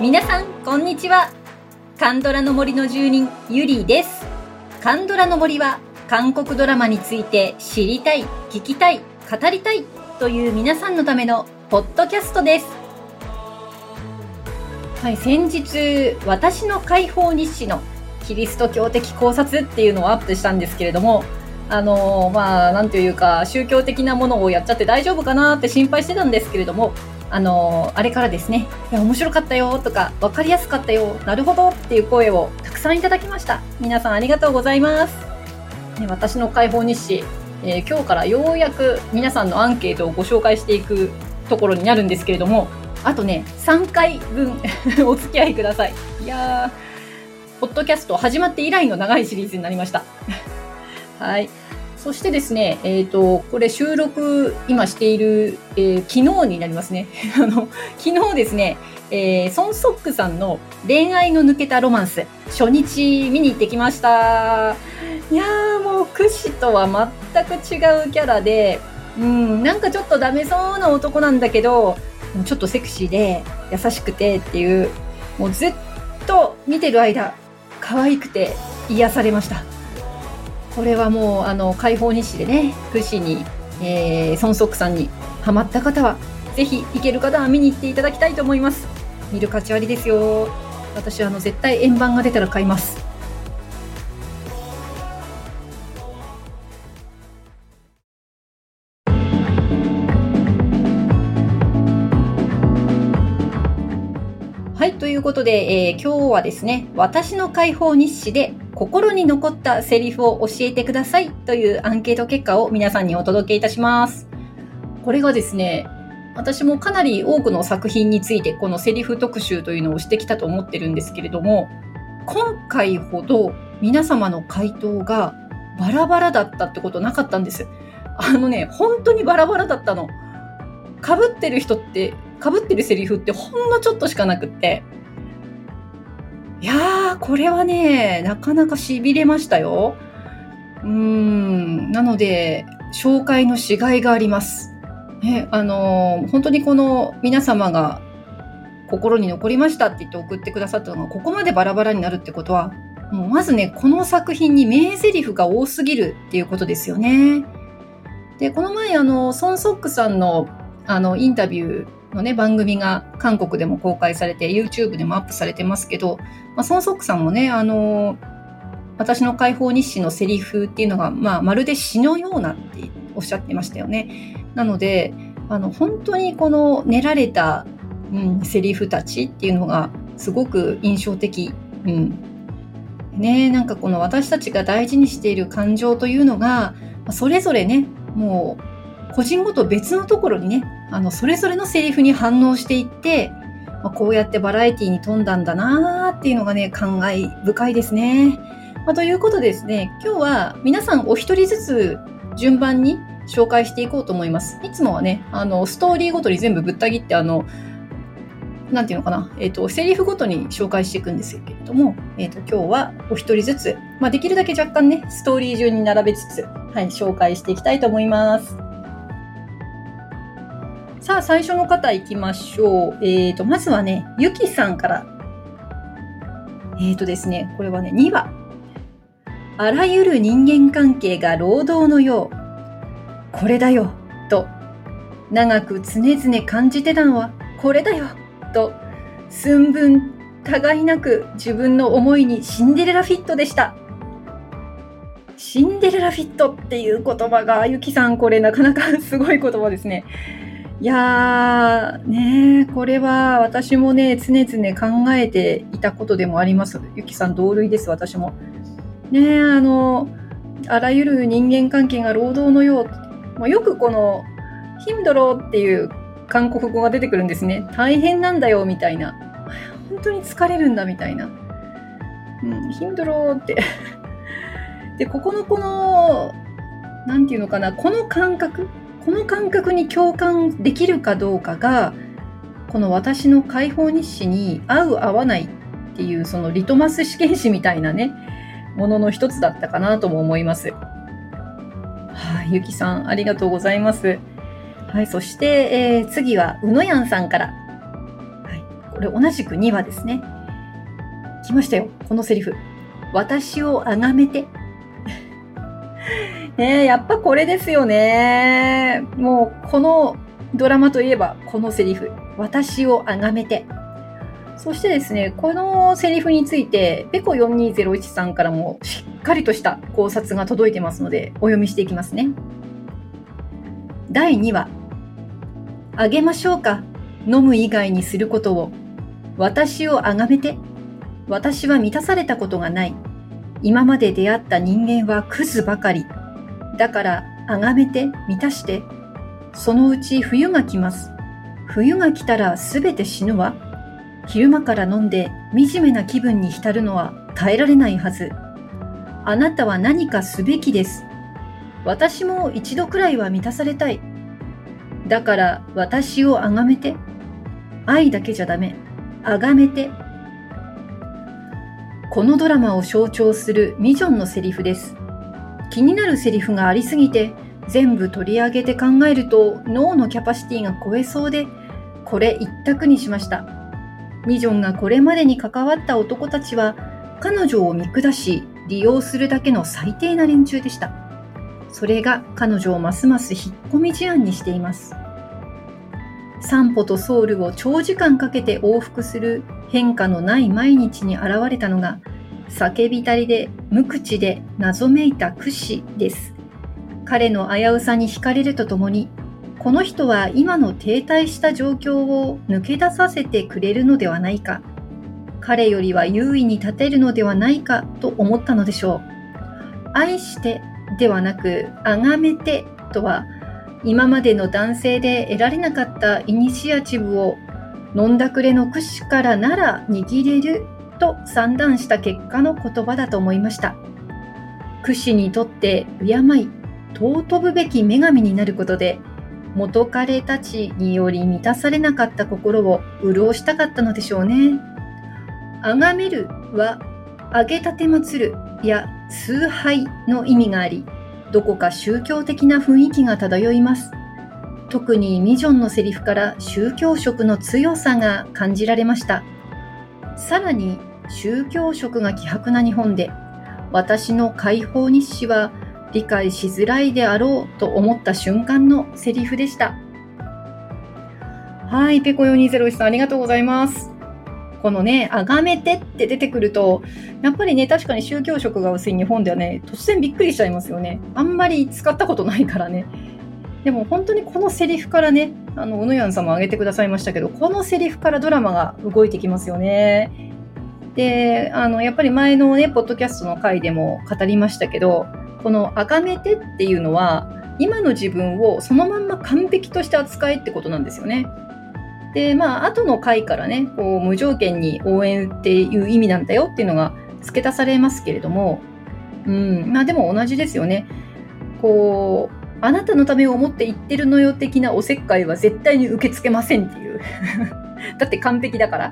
皆さんこんにちは。カンドラの森の住人ゆりです。カンドラの森は韓国ドラマについて知りたい、聞きたい、語りたいという皆さんのためのポッドキャストです。はい、先日私の解放日誌のキリスト教的考察っていうのをアップしたんですけれども、なんというか宗教的なものをやっちゃって大丈夫かなって心配してたんですけれども、あれからですね、いや面白かったよとか分かりやすかったよ、なるほどっていう声をたくさんいただきました。皆さんありがとうございます。ね、私の解放日誌、今日からようやく皆さんのアンケートをご紹介していくところになるんですけれども、あとね3回分お付き合いください。いやー、ポッドキャスト始まって以来の長いシリーズになりましたはい。そしてですね、これ収録今している、昨日になりますね昨日ですね、ソン・ソックさんの恋愛の抜けたロマンス初日見に行ってきました。いやー、もうクシとは全く違うキャラで、なんかちょっとダメそうな男なんだけどちょっとセクシーで優しくてっていう、もうずっと見てる間可愛くて癒されました。これはもう解放日誌でね、クシに、ソンソックさんにハマった方はぜひ行ける方は見に行っていただきたいと思います。見る価値ありですよ。私絶対円盤が出たら買います。はい、ということで、今日はですね、私の解放日誌で心に残ったセリフを教えてくださいというアンケート結果を皆さんにお届けいたします。これがですね、私もかなり多くの作品についてこのセリフ特集というのをしてきたと思ってるんですけれども、今回ほど皆様の回答がバラバラだったってことなかったんです。本当にバラバラだったの。被ってるセリフってほんのちょっとしかなくって、いやー、これはね、なかなか痺れましたよ。なので紹介のしがいがあります、ね。本当にこの皆様が心に残りましたって言って送ってくださったのがここまでバラバラになるってことは、もうまずね、この作品に名台詞が多すぎるっていうことですよね。で、この前ソン・ソックさんのインタビューのね、番組が韓国でも公開されて YouTube でもアップされてますけど、ソン・ソックさんもね、私の解放日誌のセリフっていうのが、まるで詩のようなっておっしゃってましたよね。なので本当にこの練られた、セリフたちっていうのがすごく印象的。なんかこの私たちが大事にしている感情というのがそれぞれね、もう個人ごと別のところにね、それぞれのセリフに反応していって、こうやってバラエティに富んだんだなーっていうのがね、感慨深いですね。ということでですね、今日は皆さんお一人ずつ順番に紹介していこうと思います。いつもはね、ストーリーごとに全部ぶった切ってなんていうのかな、セリフごとに紹介していくんですけれども、今日はお一人ずつ、できるだけ若干ね、ストーリー順に並べつつ、はい、紹介していきたいと思います。さあ、最初の方行きましょう。まずはね、ゆきさんから。ですね、これはね、2話。あらゆる人間関係が労働のよう。これだよ、と。長く常々感じてたのは、これだよ、と。寸分、互いなく自分の思いにシンデレラフィットでした。シンデレラフィットっていう言葉が、ゆきさん、これなかなかすごい言葉ですね。いやーね、これは私もね、常々考えていたことでもあります。ゆきさん同類です。私もね、あらゆる人間関係が労働のよう、よくこのヒムドロっていう韓国語が出てくるんですね。大変なんだよみたいな、本当に疲れるんだみたいな、ヒムドロってで、このなんていうのかな、この感覚に共感できるかどうかが、この私の解放日誌に合う合わないっていうそのリトマス試験紙みたいなね、ものの一つだったかなとも思います。はい、ゆきさんありがとうございます。はい、そして、次はうのやんさんから。はい、 これ同じく2話ですね。来ましたよ、このセリフ。私をあがめて。ねえ、やっぱこれですよね。もうこのドラマといえばこのセリフ。私をあがめて。そしてですね、このセリフについて、ペコ4201さんからもしっかりとした考察が届いてますので、お読みしていきますね。第2話。あげましょうか。飲む以外にすることを。私をあがめて。私は満たされたことがない。今まで出会った人間はクズばかり。だから、あがめて、満たして。そのうち冬が来ます。冬が来たらすべて死ぬわ。昼間から飲んで惨めな気分に浸るのは耐えられないはず。あなたは何かすべきです。私も一度くらいは満たされたい。だから私をあがめて。愛だけじゃダメ。あがめて。このドラマを象徴するミジョンのセリフです。気になるセリフがありすぎて、全部取り上げて考えると脳のキャパシティが超えそうで、これ一択にしました。ミジョンがこれまでに関わった男たちは、彼女を見下し、利用するだけの最低な連中でした。それが彼女をますます引っ込み思案にしています。サンポとソウルを長時間かけて往復する変化のない毎日に現れたのが、叫びたりで無口で謎めいたクシです。彼の危うさに惹かれるとともに、この人は今の停滞した状況を抜け出させてくれるのではないか、彼よりは優位に立てるのではないかと思ったのでしょう。愛してではなく、あがめてとは、今までの男性で得られなかったイニシアチブを飲んだくれのクシからなら握れると算段した結果の言葉だと思いました。クシにとって敬い、尊ぶべき女神になることで、元彼たちにより満たされなかった心を潤したかったのでしょうね。あがめるは、あげたてまつるや崇拝の意味があり、どこか宗教的な雰囲気が漂います。特にミジョンのセリフから宗教色の強さが感じられました。さらに宗教色が希薄な日本で、私の解放日誌は理解しづらいであろうと思った瞬間のセリフでした。はい、ペコ4201さんありがとうございます。このね、あがめてって出てくると、やっぱりね、確かに宗教色が薄い日本ではね、突然びっくりしちゃいますよね。あんまり使ったことないからね。でも本当にこのセリフからね、うのやんさんも挙げてくださいましたけど、このセリフからドラマが動いてきますよね。で、やっぱり前のね、ポッドキャストの回でも語りましたけど、このあがめてっていうのは、今の自分をそのまんま完璧として扱えってことなんですよね。で、後の回からね、こう無条件に応援っていう意味なんだよっていうのが付け足されますけれども、でも同じですよね。こう、あなたのためを思って言ってるのよ的なおせっかいは絶対に受け付けませんっていう。だって完璧だから。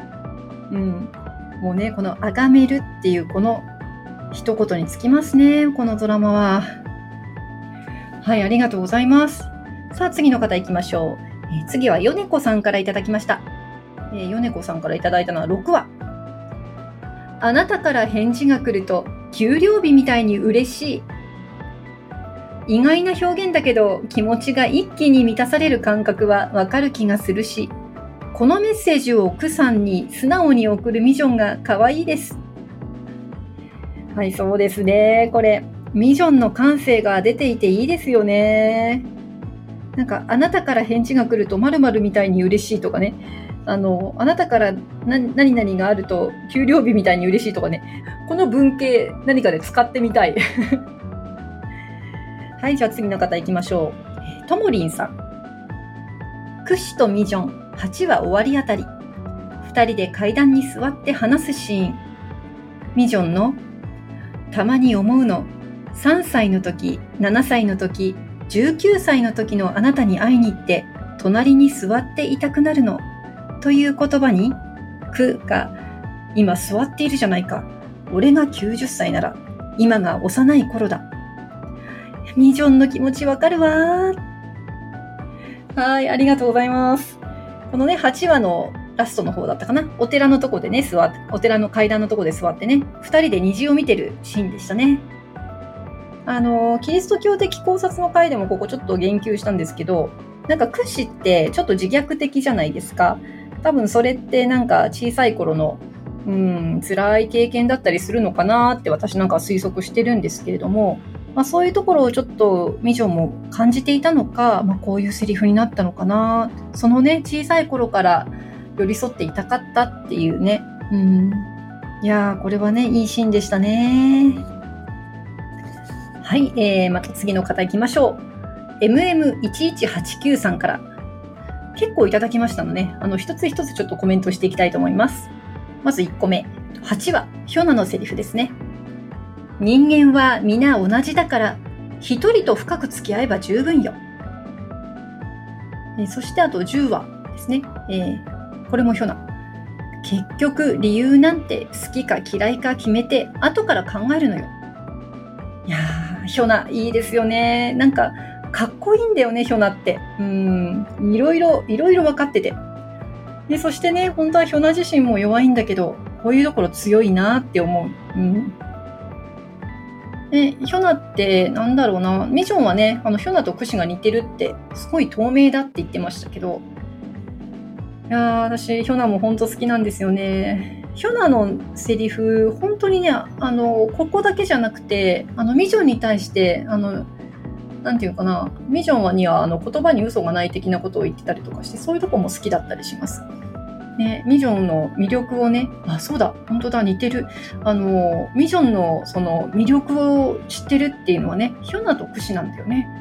もうね、このあがめるっていうこの一言につきますね、このドラマは。はい、ありがとうございます。さあ、次の方行きましょう。次はヨネコさんからいただきました。ヨネコさんからいただいたのは6話。あなたから返事が来ると給料日みたいに嬉しい。意外な表現だけど気持ちが一気に満たされる感覚はわかる気がするし、このメッセージを奥さんに素直に送るミジョンが可愛いです。はい、そうですね。これ、ミジョンの感性が出ていていいですよね。なんか、あなたから返事が来ると〇〇みたいに嬉しいとかね。あなたから何々があると給料日みたいに嬉しいとかね。この文系何かで使ってみたい。はい、じゃあ次の方行きましょう。ともりんさん。クシとミジョン、8話終わりあたり。2人で階段に座って話すシーン。ミジョンの、たまに思うの。3歳の時、7歳の時、19歳の時のあなたに会いに行って、隣に座っていたくなるの。という言葉に、くが、今座っているじゃないか。俺が90歳なら、今が幼い頃だ。ミジョンの気持ちわかるわー。はい、ありがとうございます。このね、8話のラストの方だったかな。お寺のとこでね、お寺の階段のとこで座ってね、二人で虹を見てるシーンでしたね。キリスト教的考察の回でもここちょっと言及したんですけど、なんか屈指ってちょっと自虐的じゃないですか。多分それってなんか小さい頃の辛い経験だったりするのかなって私なんか推測してるんですけれども、そういうところをちょっとミジョンも感じていたのか、こういうセリフになったのかな。そのね、小さい頃から寄り添っていたかったっていうね。いやー、これはね、いいシーンでしたね。はい、また次の方行きましょう。MM1189 さんから結構いただきましたので、一つ一つちょっとコメントしていきたいと思います。まず1個目、8話、ヒョナのセリフですね。人間は皆同じだから、一人と深く付き合えば十分よ。そしてあと10話ですね。これもヒョナ。結局理由なんて好きか嫌いか決めて後から考えるのよ。いやー、ヒョナいいですよね。なんかかっこいいんだよね、ヒョナって。いろいろ分かってて。で、そしてね、本当はヒョナ自身も弱いんだけど、こういうところ強いなって思う。で、ヒョナってなんだろうな、ミジョンはね、ヒョナとクシが似てるってすごい透明だって言ってましたけど、いやー、私ヒョナも本当好きなんですよね。ヒョナのセリフ本当にね、ここだけじゃなくて、ミジョンに対してなんていうかな、ミジョンには言葉に嘘がない的なことを言ってたりとかして、そういうとこも好きだったりします。ね、ミジョンの魅力をね、そうだ、本当だ、似てる。ミジョンのその魅力を知ってるっていうのはね、ヒョナとクシなんだよね。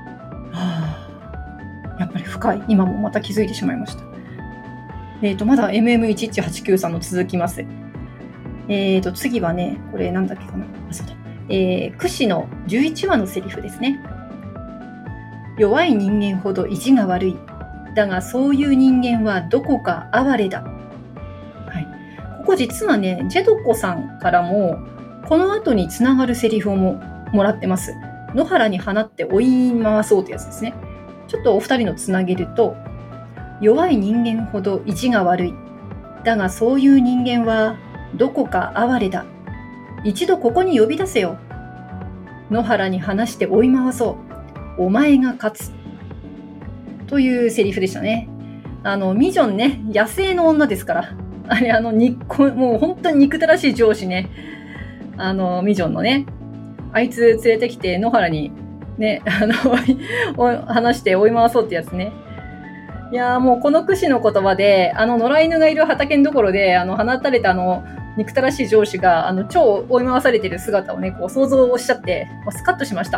やっぱり深い。今もまた気づいてしまいました。まだ MM1189 さんの続きます。次はね、これなんだっけかな。そうだ。クシの11話のセリフですね。弱い人間ほど意地が悪い。だがそういう人間はどこか哀れだ。はい。ここ実はね、ジェドコさんからもこの後につながるセリフをもらってます。野原に放って追い回そうってやつですね。ちょっとお二人のつなげると、弱い人間ほど意地が悪い。だがそういう人間はどこか哀れだ。一度ここに呼び出せよ。野原に放して追い回そう。お前が勝つ。というセリフでしたね。ミジョンね、野生の女ですから。あれ、もう本当に憎たらしい上司ね。ミジョンのね、あいつ連れてきて野原にね、話して追い回そうってやつね。いやー、もうこのクシの言葉で、野良犬がいる畑のところで、放たれた憎たらしい上司が、超追い回されてる姿をね、こう想像をしちゃって、スカッとしました。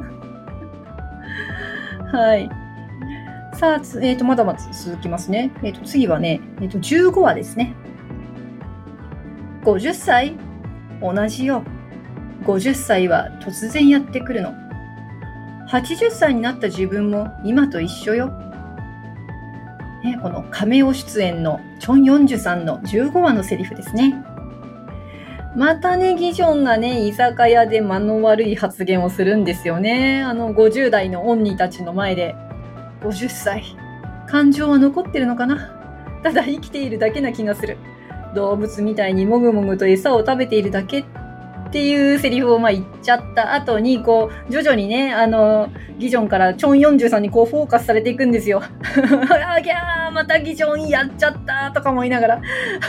はい。さあ、まだまだ続きますね。次はね、15話ですね。50歳？同じよ。50歳は突然やってくるの。80歳になった自分も今と一緒よ。ね、このカメオ出演のチョン・ヨンジュさんの15話のセリフですね。またね、ギジョンがね、居酒屋で間の悪い発言をするんですよね。50代のオンニたちの前で。50歳。感情は残ってるのかな？ただ生きているだけな気がする。動物みたいにもぐもぐと餌を食べているだけっていうセリフを言っちゃった後に、こう、徐々にね、ギジョンからチョン・ヨンジュさんにこうフォーカスされていくんですよ。あぎゃー、またギジョンやっちゃったとかも言いながら。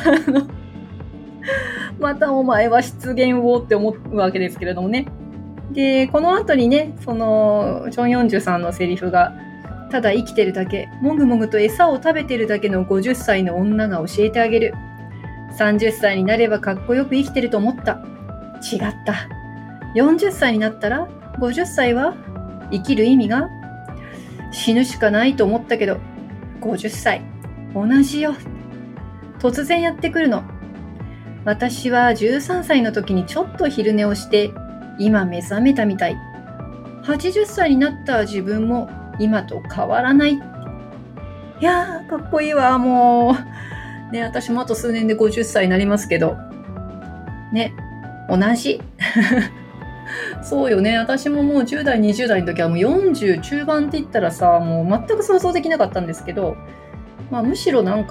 またお前は失言をって思うわけですけれどもね。で、この後にね、その、チョン・ヨンジュさんのセリフが、ただ生きてるだけ、もぐもぐと餌を食べてるだけの50歳の女が教えてあげる。30歳になればかっこよく生きてると思った。違った。40歳になったら、50歳は生きる意味が死ぬしかないと思ったけど、50歳、同じよ。突然やってくるの。私は13歳の時にちょっと昼寝をして、今目覚めたみたい。80歳になった自分も今と変わらない。いやー、かっこいいわ、もう。ね、私もあと数年で50歳になりますけど。ね、同じ。そうよね。私ももう10代、20代の時はもう40中盤って言ったらさ、もう全く想像できなかったんですけど、むしろなんか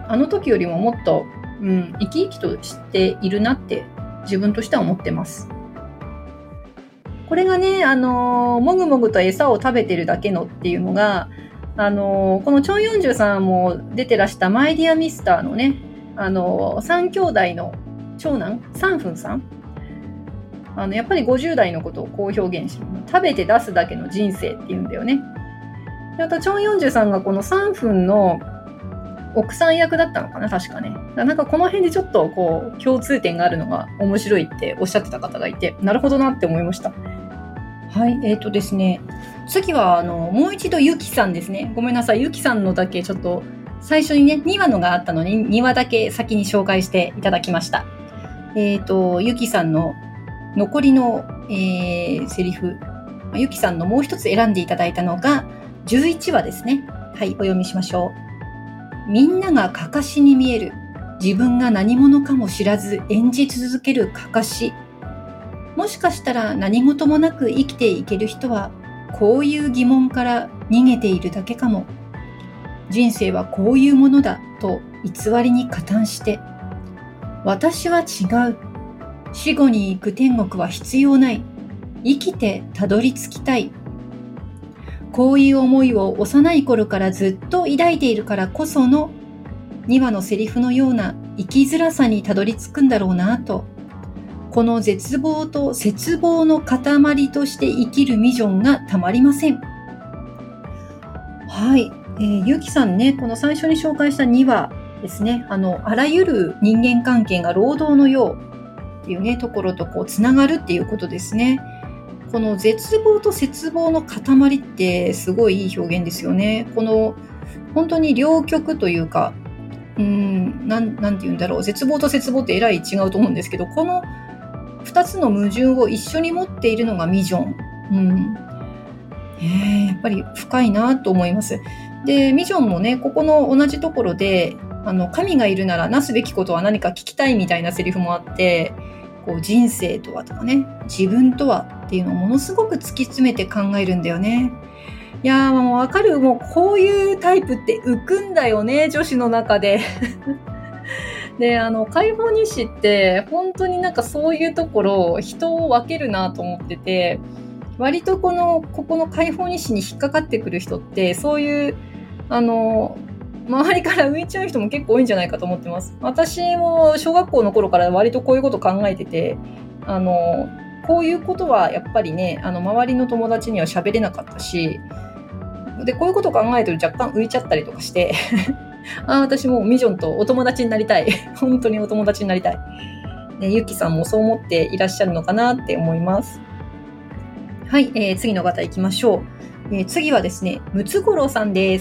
あの時よりももっと、生き生きとしているなって自分としては思ってます。これがね、もぐもぐと餌を食べてるだけのっていうのが、このチョン・ヨンジュさんも出てらしたマイディアミスターのね、3兄弟の長男、サンフンさん。やっぱり50代のことをこう表現してる。食べて出すだけの人生っていうんだよね。で、あとチョン・ヨンジュさんがこのサンフンの奥さん役だったのかな、確かね。なんかこの辺でちょっとこう共通点があるのが面白いっておっしゃってた方がいて、なるほどなって思いました。はい、ですね、次はもう一度ゆきさんですね。ごめんなさい、ゆきさんのだけちょっと最初にね2話のがあったのに2話だけ先に紹介していただきました。ゆきさんの残りの、セリフ、ゆきさんのもう一つ選んでいただいたのが11話ですね。はい、お読みしましょう。みんながかかしに見える。自分が何者かも知らず演じ続けるかかし。もしかしたら何事もなく生きていける人はこういう疑問から逃げているだけかも。人生はこういうものだと偽りに加担して、私は違う。死後に行く天国は必要ない。生きてたどり着きたい。こういう思いを幼い頃からずっと抱いているからこその2話のセリフのような生きづらさにたどり着くんだろうなと。この絶望と絶望の塊として生きるミジョンがたまりません。はい、ゆきさんね、この最初に紹介した2話ですね、あらゆる人間関係が労働のようっていうねところとこうつながるっていうことですね。この絶望と絶望の塊ってすごいいい表現ですよね。この本当に両極というか、なんて言うんだろう、絶望と絶望ってえらい違うと思うんですけど、この2つの矛盾を一緒に持っているのがミジョン。やっぱり深いなと思います。で、ミジョンもね、ここの同じところで、神がいるならなすべきことは何か聞きたいみたいなセリフもあって、こう人生とはとかね、自分とはっていうのをものすごく突き詰めて考えるんだよね。いやー、もうわかる。もうこういうタイプって浮くんだよね、女子の中で。で、解放日誌って本当になんかそういうところ人を分けるなと思ってて、割とここの解放日誌に引っかかってくる人ってそういう周りから浮いちゃう人も結構多いんじゃないかと思ってます。私も小学校の頃から割とこういうこと考えてて、こういうことはやっぱりね、周りの友達には喋れなかったし、でこういうこと考えてると若干浮いちゃったりとかして私もうミジョンとお友達になりたい本当にお友達になりたい、ね、ゆきさんもそう思っていらっしゃるのかなって思います。はい、次の方行きましょう。次はですね、ムツゴロウさんです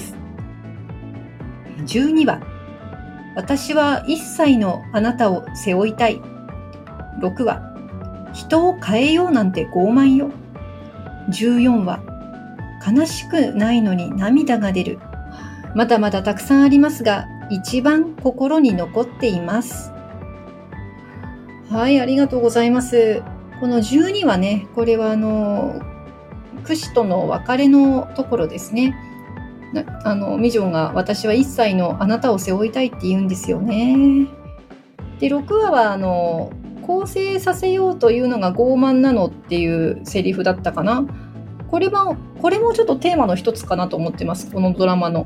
。12話、私は1歳のあなたを背負いたい。6話、人を変えようなんて傲慢よ。14話、悲しくないのに涙が出る。まだまだたくさんありますが、一番心に残っています。はい、ありがとうございます。この12話ね、これはクシとの別れのところですね。ミジョンが私は1歳のあなたを背負いたいって言うんですよね。で、6話は更生させようというのが傲慢なのっていうセリフだったかな。これもちょっとテーマの一つかなと思ってます、このドラマの。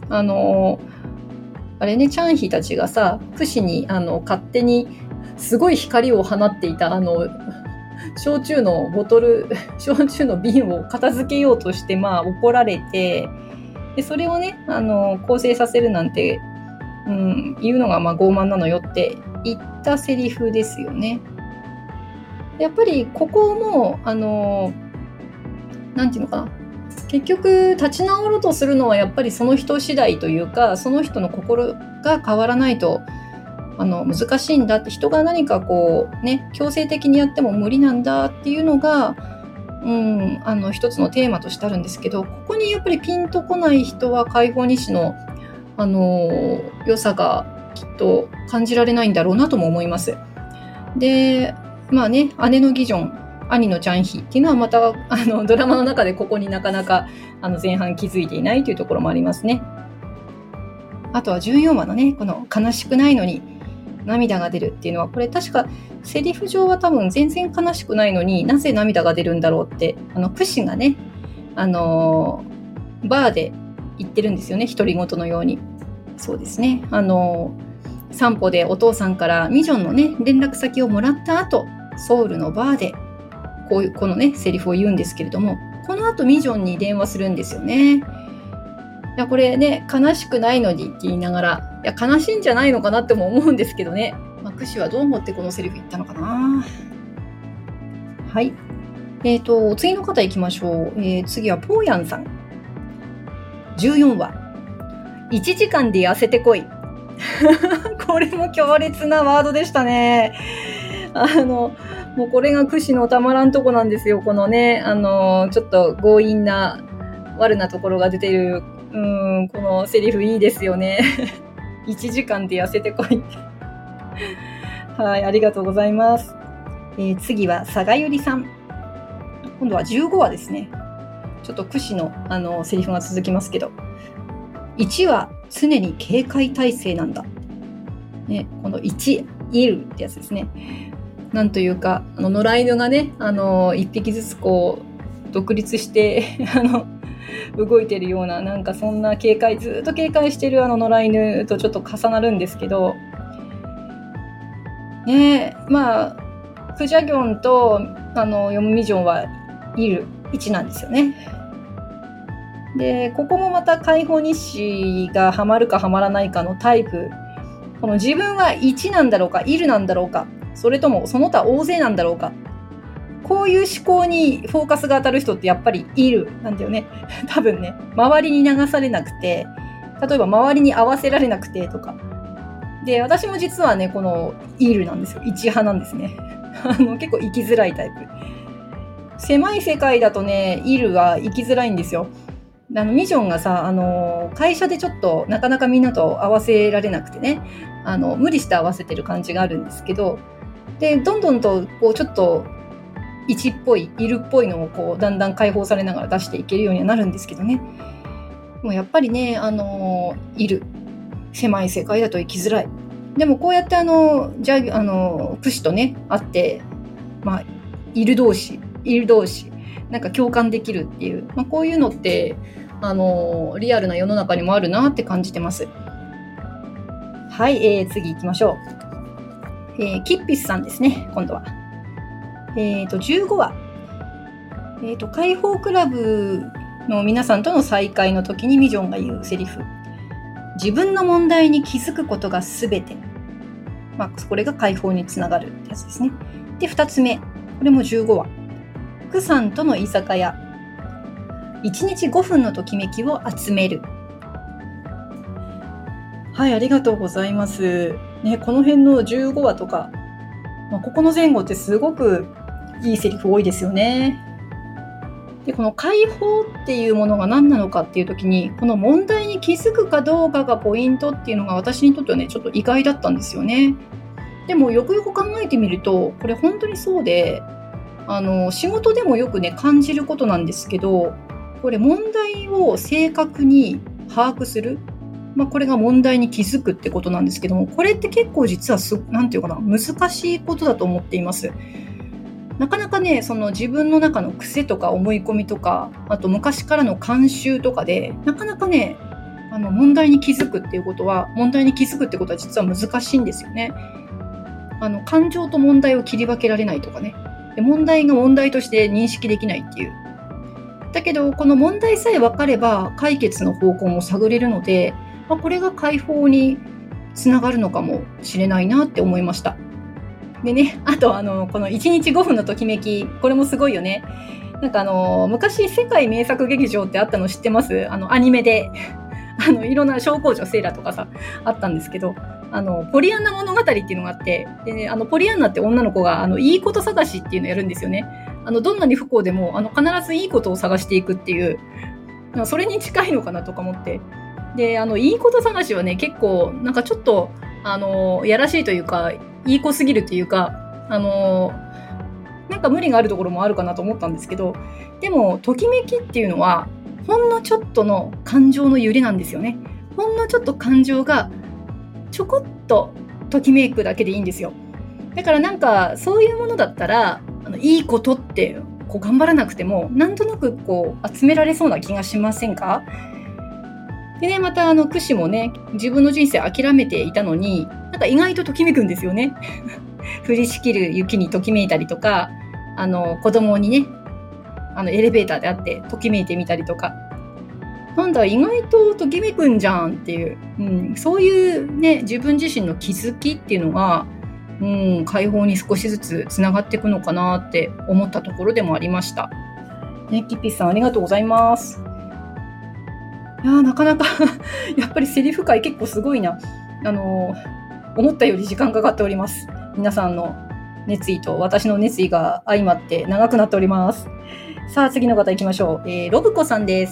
あれね、チャンヒたちがさ、クシに勝手にすごい光を放っていた焼酎の瓶を片付けようとして、怒られて、でそれをね、更生させるなんて、言うのが傲慢なのよって言ったセリフですよね。やっぱりここもなんていうのかな、結局立ち直ろうとするのはやっぱりその人次第というか、その人の心が変わらないと難しいんだって、人が何かこうね強制的にやっても無理なんだっていうのが一つのテーマとしてあるんですけど、ここにやっぱりピンとこない人は解放日誌の良さがきっと感じられないんだろうなとも思います。で、姉のギジョン、兄のチャンヒっていうのはまたドラマの中でここになかなか前半気づいていないというところもありますね。 あとは14話のね、この悲しくないのに涙が出るっていうのは、これ確かセリフ上は多分全然悲しくないのになぜ涙が出るんだろうって、クシがね、バーで言ってるんですよね、独り言のように。そうですね、散歩でお父さんからミジョンのね連絡先をもらった後、ソウルのバーでこのねセリフを言うんですけれども、この後ミジョンに電話するんですよね。いやこれね、悲しくないのにって言いながら、いや悲しいんじゃないのかなっても思うんですけどね、クシはどう思ってこのセリフ言ったのかな。はい、次の方行きましょう。次はポーヤンさん。14話、1時間で痩せてこい。これも強烈なワードでしたね。もうこれがクシのたまらんとこなんですよ。このね、ちょっと強引な悪なところが出てる、このセリフいいですよね。1時間で痩せてこいって。はい、ありがとうございます。次は佐賀ゆりさん。今度は15話ですね。ちょっとクシのセリフが続きますけど、1は常に警戒態勢なんだ。ね、この1いるってやつですね。なんというか、野良犬がね、一匹ずつこう独立して動いてるような、なんかそんなずっと警戒してる野良犬とちょっと重なるんですけど、ね、まあクジャギョンとヨムミジョンはいる1なんですよね。でここもまた解放日誌がハマるかハマらないかのタイプ、この自分は1なんだろうかいるなんだろうか、それともその他大勢なんだろうか、こういう思考にフォーカスが当たる人ってやっぱりいるなんだよね。多分ね、周りに流されなくて、例えば周りに合わせられなくてとかで、私も実はねこのイールなんですよ。1派なんですね。結構生きづらいタイプ。狭い世界だとねイールは生きづらいんですよ。ミジョンがさ、会社でちょっとなかなかみんなと合わせられなくてね、無理して合わせてる感じがあるんですけど、でどんどんとこうちょっと1っぽいいるっぽいのをこうだんだん解放されながら出していけるようにはなるんですけどね。もうやっぱりねいる狭い世界だと生きづらい。でもこうやってクシとね会って、まあいる同士なんか共感できるっていう、こういうのってリアルな世の中にもあるなって感じてます。はい、次行きましょう。キッピスさんですね。今度は15話、解放クラブの皆さんとの再会の時にミジョンが言うセリフ、自分の問題に気づくことが全て、これが解放につながるってやつですね。で2つ目、これも15話、クさんとの居酒屋、1日5分のときめきを集める。はい、ありがとうございます、ね、この辺の15話とか、ここの前後ってすごくいいセリフ多いですよね。でこの解放っていうものが何なのかっていう時に、この問題に気づくかどうかがポイントっていうのが私にとってはねちょっと意外だったんですよね。でもよくよく考えてみるとこれ本当にそうで、仕事でもよくね感じることなんですけど、これ問題を正確に把握する、これが問題に気づくってことなんですけども、これって結構実はなんていうかな、難しいことだと思っています。なかなかね、その自分の中の癖とか思い込みとか、あと昔からの慣習とかで、なかなかね、問題に気づくってことは実は難しいんですよね。感情と問題を切り分けられないとかね。で問題が問題として認識できないっていう。だけど、この問題さえ分かれば解決の方向も探れるので、これが解放につながるのかもしれないなって思いました。でね、あとこの1日5分のときめき、これもすごいよね。なんか昔世界名作劇場ってあったの知ってます？アニメでいろんな小公女セーラとかさあったんですけど、ポリアンナ物語っていうのがあって、でポリアンナって女の子がいいこと探しっていうのをやるんですよね。どんなに不幸でも必ずいいことを探していくっていう、それに近いのかなとか思って、でいいこと探しはね結構なんかちょっとやらしいというかいい子すぎるというかなんか無理があるところもあるかなと思ったんですけど、でもときめきっていうのはほんのちょっとの感情の揺れなんですよね。 ほんのちょっと感情がちょこっとときめくだけでいいんですよ。だからなんかそういうものだったらいいことってこう頑張らなくてもなんとなくこう集められそうな気がしませんか？でね、またクシもね、自分の人生諦めていたのになんか意外とときめくんですよね。降りしきる雪にときめいたりとか、子供にね、エレベーターで会ってときめいてみたりとか、なんだ意外とときめくんじゃんっていう、そういうね、自分自身の気づきっていうのが、解放に少しずつつながっていくのかなって思ったところでもありました。ね、キッピーさんありがとうございます。いやなかなかやっぱりセリフ回結構すごいな。思ったより時間かかっております。皆さんの熱意と私の熱意が相まって長くなっております。さあ次の方行きましょう。ロブコさんです。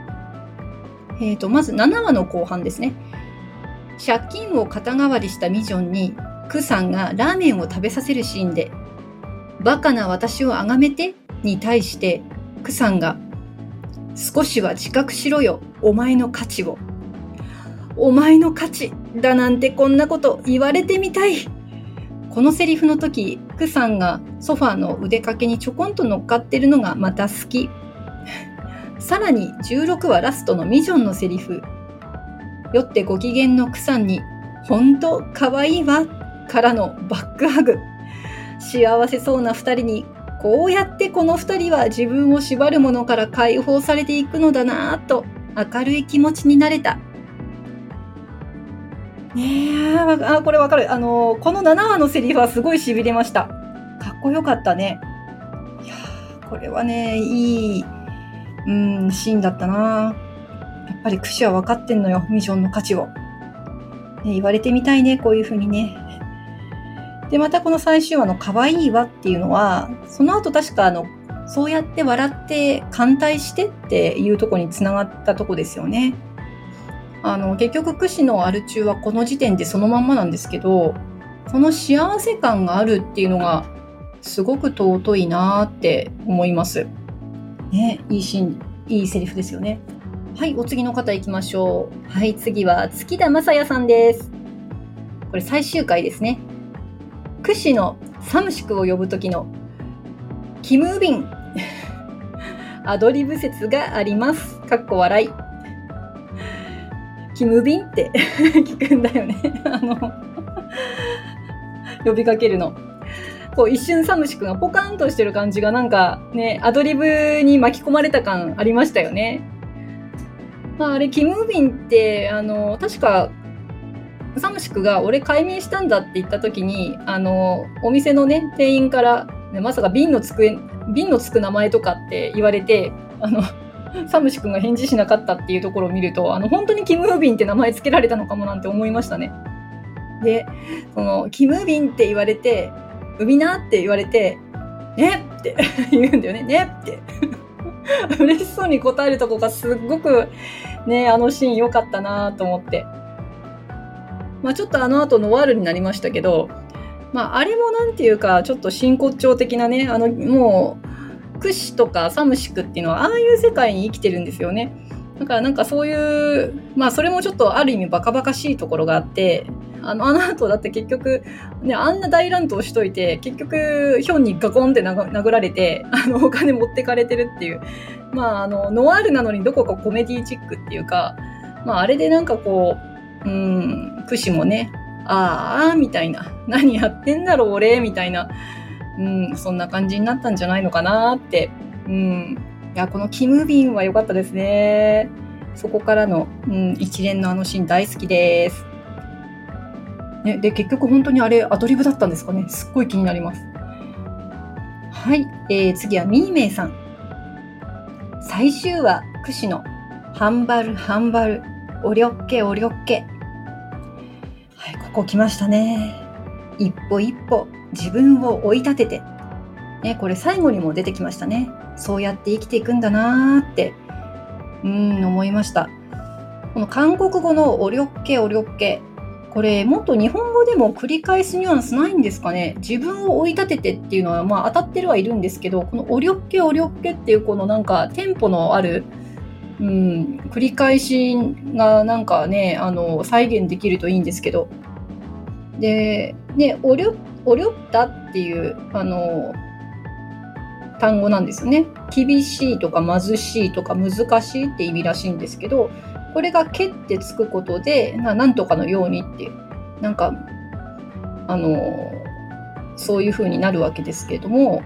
まず7話の後半ですね。借金を肩代わりしたミジョンにクさんがラーメンを食べさせるシーンで、バカな私を崇めてに対してクさんが、少しは自覚しろよ、お前の価値を。お前の価値だなんてこんなこと言われてみたい。このセリフの時、クさんがソファーの腕掛けにちょこんと乗っかってるのがまた好き。さらに16話ラストのミジョンのセリフ。酔ってご機嫌のクさんに、ほんと可愛いわ、からのバックハグ。幸せそうな二人に、こうやってこの二人は自分を縛るものから解放されていくのだなぁと明るい気持ちになれた。ねえ、これわかる。この7話のセリフはすごい痺れました。かっこよかったね。いやこれはね、いい、シーンだったな。やっぱりクシは分かってんのよ、ミジョンの価値を。ね、言われてみたいね、こういう風にね。で、またこの最終話の可愛いわっていうのは、その後確かそうやって笑って歓待してっていうところにつながったとこですよね。結局クシのアル中はこの時点でそのまんまなんですけど、その幸せ感があるっていうのがすごく尊いなって思います。ね、いいシーン、いいセリフですよね。はい、お次の方行きましょう。はい、次は月田正也さんです。これ最終回ですね。クシのサムシクを呼ぶ時のキムービンアドリブ説があります。かっこ笑い。キムービンって聞くんだよね。呼びかけるの。こう一瞬サムシクがポカンとしてる感じがなんかね、アドリブに巻き込まれた感ありましたよね。あれ、キムービンって、確か、サムシクが俺改名したんだって言った時に、お店のね、店員から、ね、まさか瓶のつく名前とかって言われて、サムシクが返事しなかったっていうところを見ると、本当にキムービンって名前つけられたのかもなんて思いましたね。で、キムービンって言われて、海なって言われて、ねって言うんだよね。ねって。嬉しそうに答えるとこがすっごくね、あのシーン良かったなと思って。ちょっと後ノワールになりましたけど、あれもなんていうか、ちょっと真骨頂的なね、もう、クシとかサムシクっていうのは、ああいう世界に生きてるんですよね。だからなんかそういう、それもちょっとある意味バカバカしいところがあって、あの後だって結局、ね、あんな大乱闘しといて、結局、ヒョンにガコンって殴られて、お金持ってかれてるっていう。ノワールなのにどこかコメディチックっていうか、あれでなんかこう、クシもね、みたいな。何やってんだろう、俺みたいな。そんな感じになったんじゃないのかなって。いや、このキムビンは良かったですね。そこからの、一連のシーン大好きです。ね、で、結局本当にあれアドリブだったんですかね。すっごい気になります。はい、次はミーメイさん。最終話、クシのハンバル、おりょっけ、はい、ここ来ましたね。一歩一歩自分を追い立てて。ね、これ最後にも出てきましたね。そうやって生きていくんだなーって、思いました。この韓国語のおりょっけ、これもっと日本語でも繰り返すニュアンスないんですかね。自分を追い立ててっていうのは当たってるはいるんですけど、このおりょっけっていうこのなんかテンポのある繰り返しがなんかね、再現できるといいんですけど。で、ね、おりょったっていう、単語なんですよね。厳しいとか貧しいとか難しいって意味らしいんですけど、これがけってつくことで、なんとかのようにって、なんか、そういう風になるわけですけれども、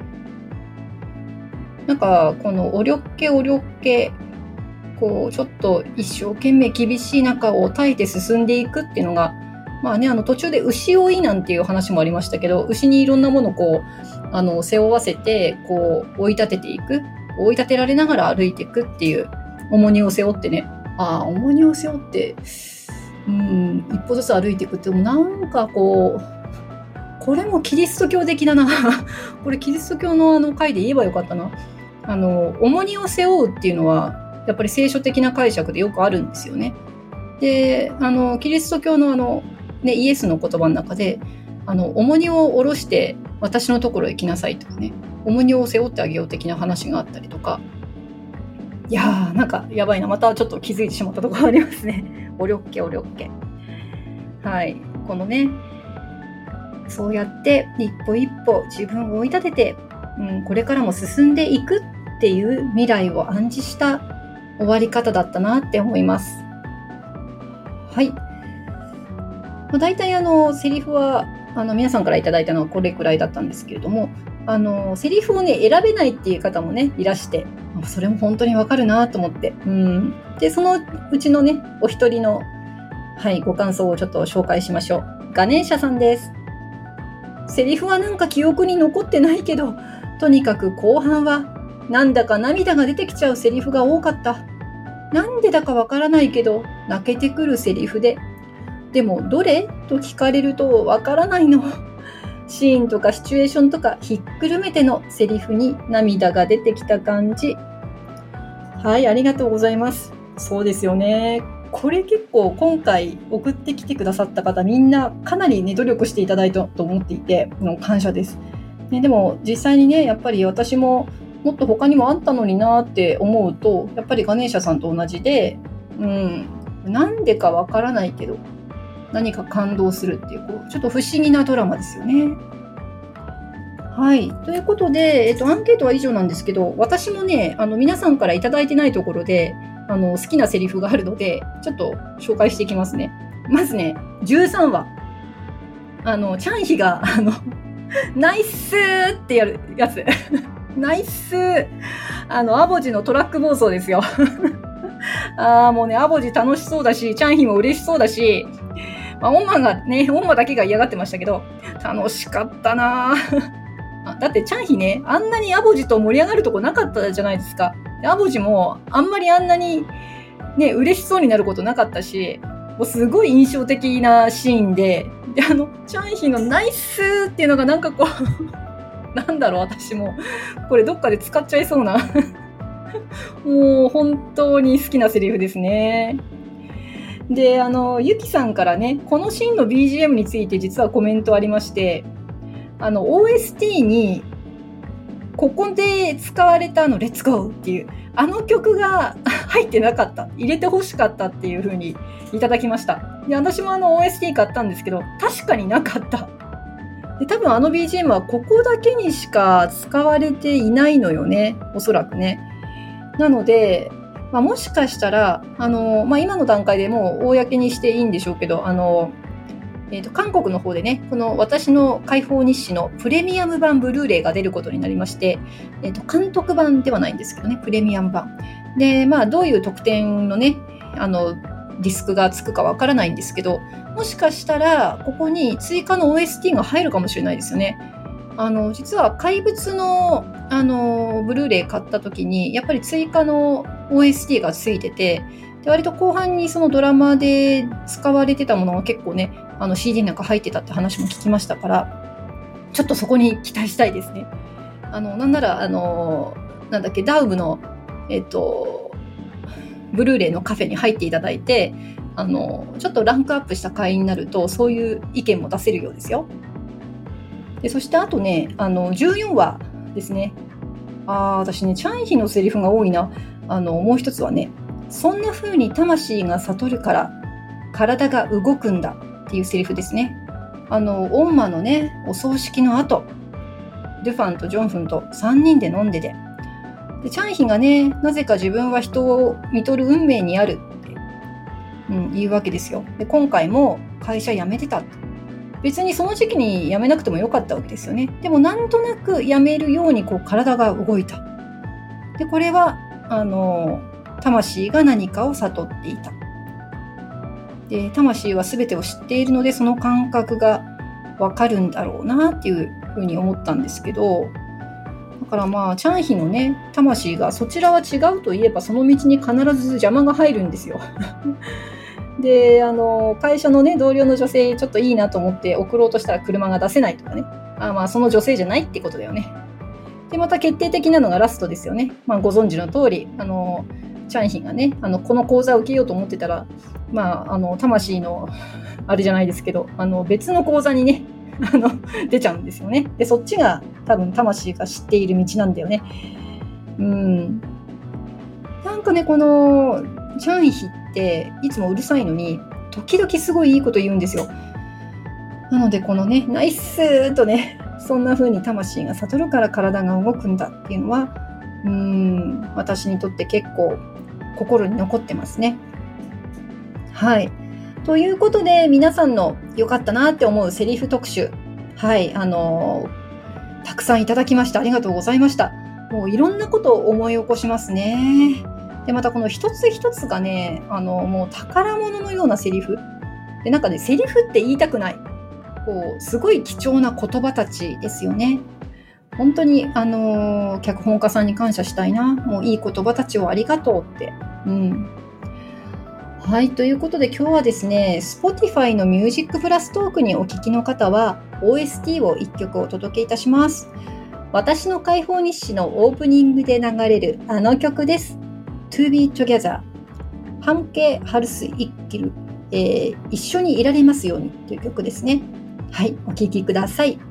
なんか、このおりょっけ、こう、ちょっと一生懸命厳しい中を耐えて進んでいくっていうのが、まあね、途中で牛追いなんていう話もありましたけど、牛にいろんなものをこう、背負わせて、こう、追い立てていく。追い立てられながら歩いていくっていう重荷を背負ってね。重荷を背負って、一歩ずつ歩いていくって、なんかこう、これもキリスト教的だな。これキリスト教の回で言えばよかったな。重荷を背負うっていうのは、やっぱり聖書的な解釈でよくあるんですよね。で、キリスト教のね、イエスの言葉の中で、重荷を下ろして私のところへ来なさいとかね、重荷を背負ってあげよう的な話があったりとか、いやー、なんかやばいな、またちょっと気づいてしまったところありますね。おりょっけ。はい、このね、そうやって一歩一歩自分を追い立てて、これからも進んでいくっていう未来を暗示した終わり方だったなって思います。はい。だいたいセリフは皆さんからいただいたのはこれくらいだったんですけれども、セリフをね選べないっていう方もねいらして、それも本当にわかるなと思って、でそのうちのねお一人の、ご感想をちょっと紹介しましょう。ガネーシャさんです。セリフはなんか記憶に残ってないけど、とにかく後半はなんだか涙が出てきちゃうセリフが多かった。なんでだかわからないけど泣けてくるセリフでもどれと聞かれるとわからないの。シーンとかシチュエーションとかひっくるめてのセリフに涙が出てきた感じ。はい、ありがとうございます。そうですよね。これ結構今回送ってきてくださった方みんなかなりね努力していただいたと思っていて感謝です、ね。でも実際にねやっぱり私ももっと他にもあったのになって思うとやっぱりガネーシャさんと同じで、なんでかわからないけど何か感動するっていう、ちょっと不思議なドラマですよね。はい。ということで、アンケートは以上なんですけど、私もね、皆さんからいただいてないところで、好きなセリフがあるので、ちょっと紹介していきますね。まずね、13話。チャンヒが、ナイスーってやるやつ。ナイスー。アボジのトラック暴走ですよ。もうね、アボジ楽しそうだし、チャンヒも嬉しそうだし、オンマだけが嫌がってましたけど、楽しかったなだってチャンヒね、あんなにアボジと盛り上がるとこなかったじゃないですか。アボジもあんまりあんなにね、嬉しそうになることなかったし、もうすごい印象的なシーンで、チャンヒのナイスーっていうのがなんかこう、なんだろう、私も。これどっかで使っちゃいそうな。もう本当に好きなセリフですね。で、ゆきさんからね、このシーンの BGM について実はコメントありまして、OST に、ここで使われたレッツゴーっていう、曲が入ってなかった。入れてほしかったっていう風にいただきました。で、私もOST 買ったんですけど、確かになかった。で、多分BGM はここだけにしか使われていないのよね。おそらくね。なので、もしかしたら、今の段階でもう公にしていいんでしょうけど、韓国の方でね、この私の解放日誌のプレミアム版ブルーレイが出ることになりまして、監督版ではないんですけどね、プレミアム版。で、どういう特典のね、ディスクがつくかわからないんですけど、もしかしたら、ここに追加の OST が入るかもしれないですよね。実は怪物の、ブルーレイ買った時に、やっぱり追加の OST がついてて、で割と後半にそのドラマで使われてたものが結構ね、CD なんか入ってたって話も聞きましたから、ちょっとそこに期待したいですね。なんなら、なんだっけ、ダウムの、ブルーレイのカフェに入っていただいて、ちょっとランクアップした会員になると、そういう意見も出せるようですよ。でそしてあとね、14話ですね。私ね、チャンヒのセリフが多いな。 もう一つはね、そんな風に魂が悟るから体が動くんだっていうセリフですね。オンマのね、お葬式の後、ドゥファンとジョンフンと3人で飲んでて、でチャンヒがね、なぜか自分は人を見とる運命にあるって、言うわけですよ。で今回も会社辞めてた。別にその時期に辞めなくてもよかったわけですよね。でもなんとなく辞めるように体が動いた。でこれは魂が何かを悟っていた。で魂は全てを知っているので、その感覚がわかるんだろうなっていうふうに思ったんですけど、だからチャンヒのね、魂がそちらは違うといえば、その道に必ず邪魔が入るんですよ。で会社のね、同僚の女性ちょっといいなと思って送ろうとしたら車が出せないとかね。その女性じゃないってことだよね。でまた決定的なのがラストですよね。ご存知の通りチャンヒがね、この講座を受けようと思ってたら、魂のあれじゃないですけど、別の講座にね出ちゃうんですよね。でそっちが多分魂が知っている道なんだよね。なんかね、このチャンヒっていつもうるさいのに、時々すごいいいこと言うんですよ。なのでこのね、ナイスーとね、そんな風に魂が悟るから体が動くんだっていうのは、私にとって結構心に残ってますね。はい。ということで、皆さんの良かったなって思うセリフ特集、はい、たくさんいただきました。ありがとうございました。もういろんなことを思い起こしますね。で、またこの一つ一つがね、もう宝物のようなセリフ。で、なんかね、セリフって言いたくない。すごい貴重な言葉たちですよね。本当に、脚本家さんに感謝したいな。もういい言葉たちをありがとうって。はい、ということで今日はですね、Spotify の Music Plus トークにお聞きの方は OST を1曲お届けいたします。私の解放日誌のオープニングで流れるあの曲です。To be together。함께 할 수 있기를、一緒にいられますようにという曲ですね。はい、お聴きください。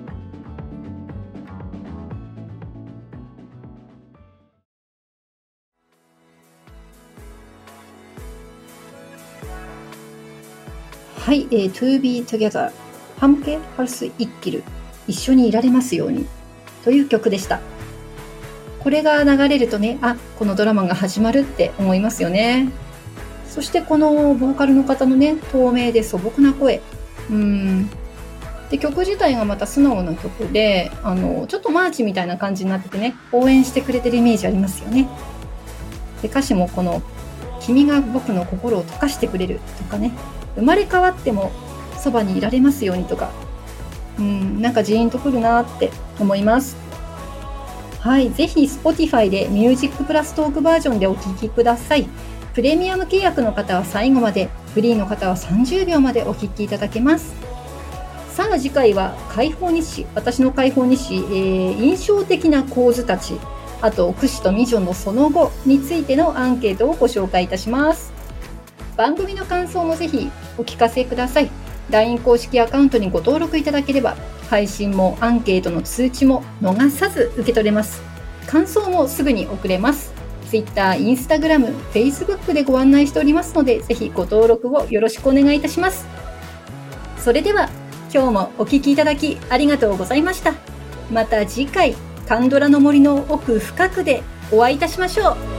はい、To be together。함께 할 수 있기를。一緒にいられますようにという曲でした。これが流れるとね、このドラマが始まるって思いますよね。そしてこのボーカルの方のね、透明で素朴な声。で曲自体がまた素直な曲で、ちょっとマーチみたいな感じになっててね、応援してくれてるイメージありますよね。で歌詞もこの君が僕の心を溶かしてくれるとかね、生まれ変わってもそばにいられますようにとか、なんかジーンとくるなって思います。はい、ぜひ Spotify で Music Plus トークバージョンでお聴きください。プレミアム契約の方は最後まで、フリーの方は30秒までお聴きいただけます。さあ次回は解放日誌、私の解放日誌、印象的な構図たち、あとクシとミジョンのその後についてのアンケートをご紹介いたします。番組の感想もぜひお聞かせください。 LINE 公式アカウントにご登録いただければ、配信もアンケートの通知も逃さず受け取れます。感想もすぐに送れます。Twitter、Instagram、Facebook でご案内しておりますので、ぜひご登録をよろしくお願いいたします。それでは今日もお聞きいただきありがとうございました。また次回、カンドラの森の奥深くでお会いいたしましょう。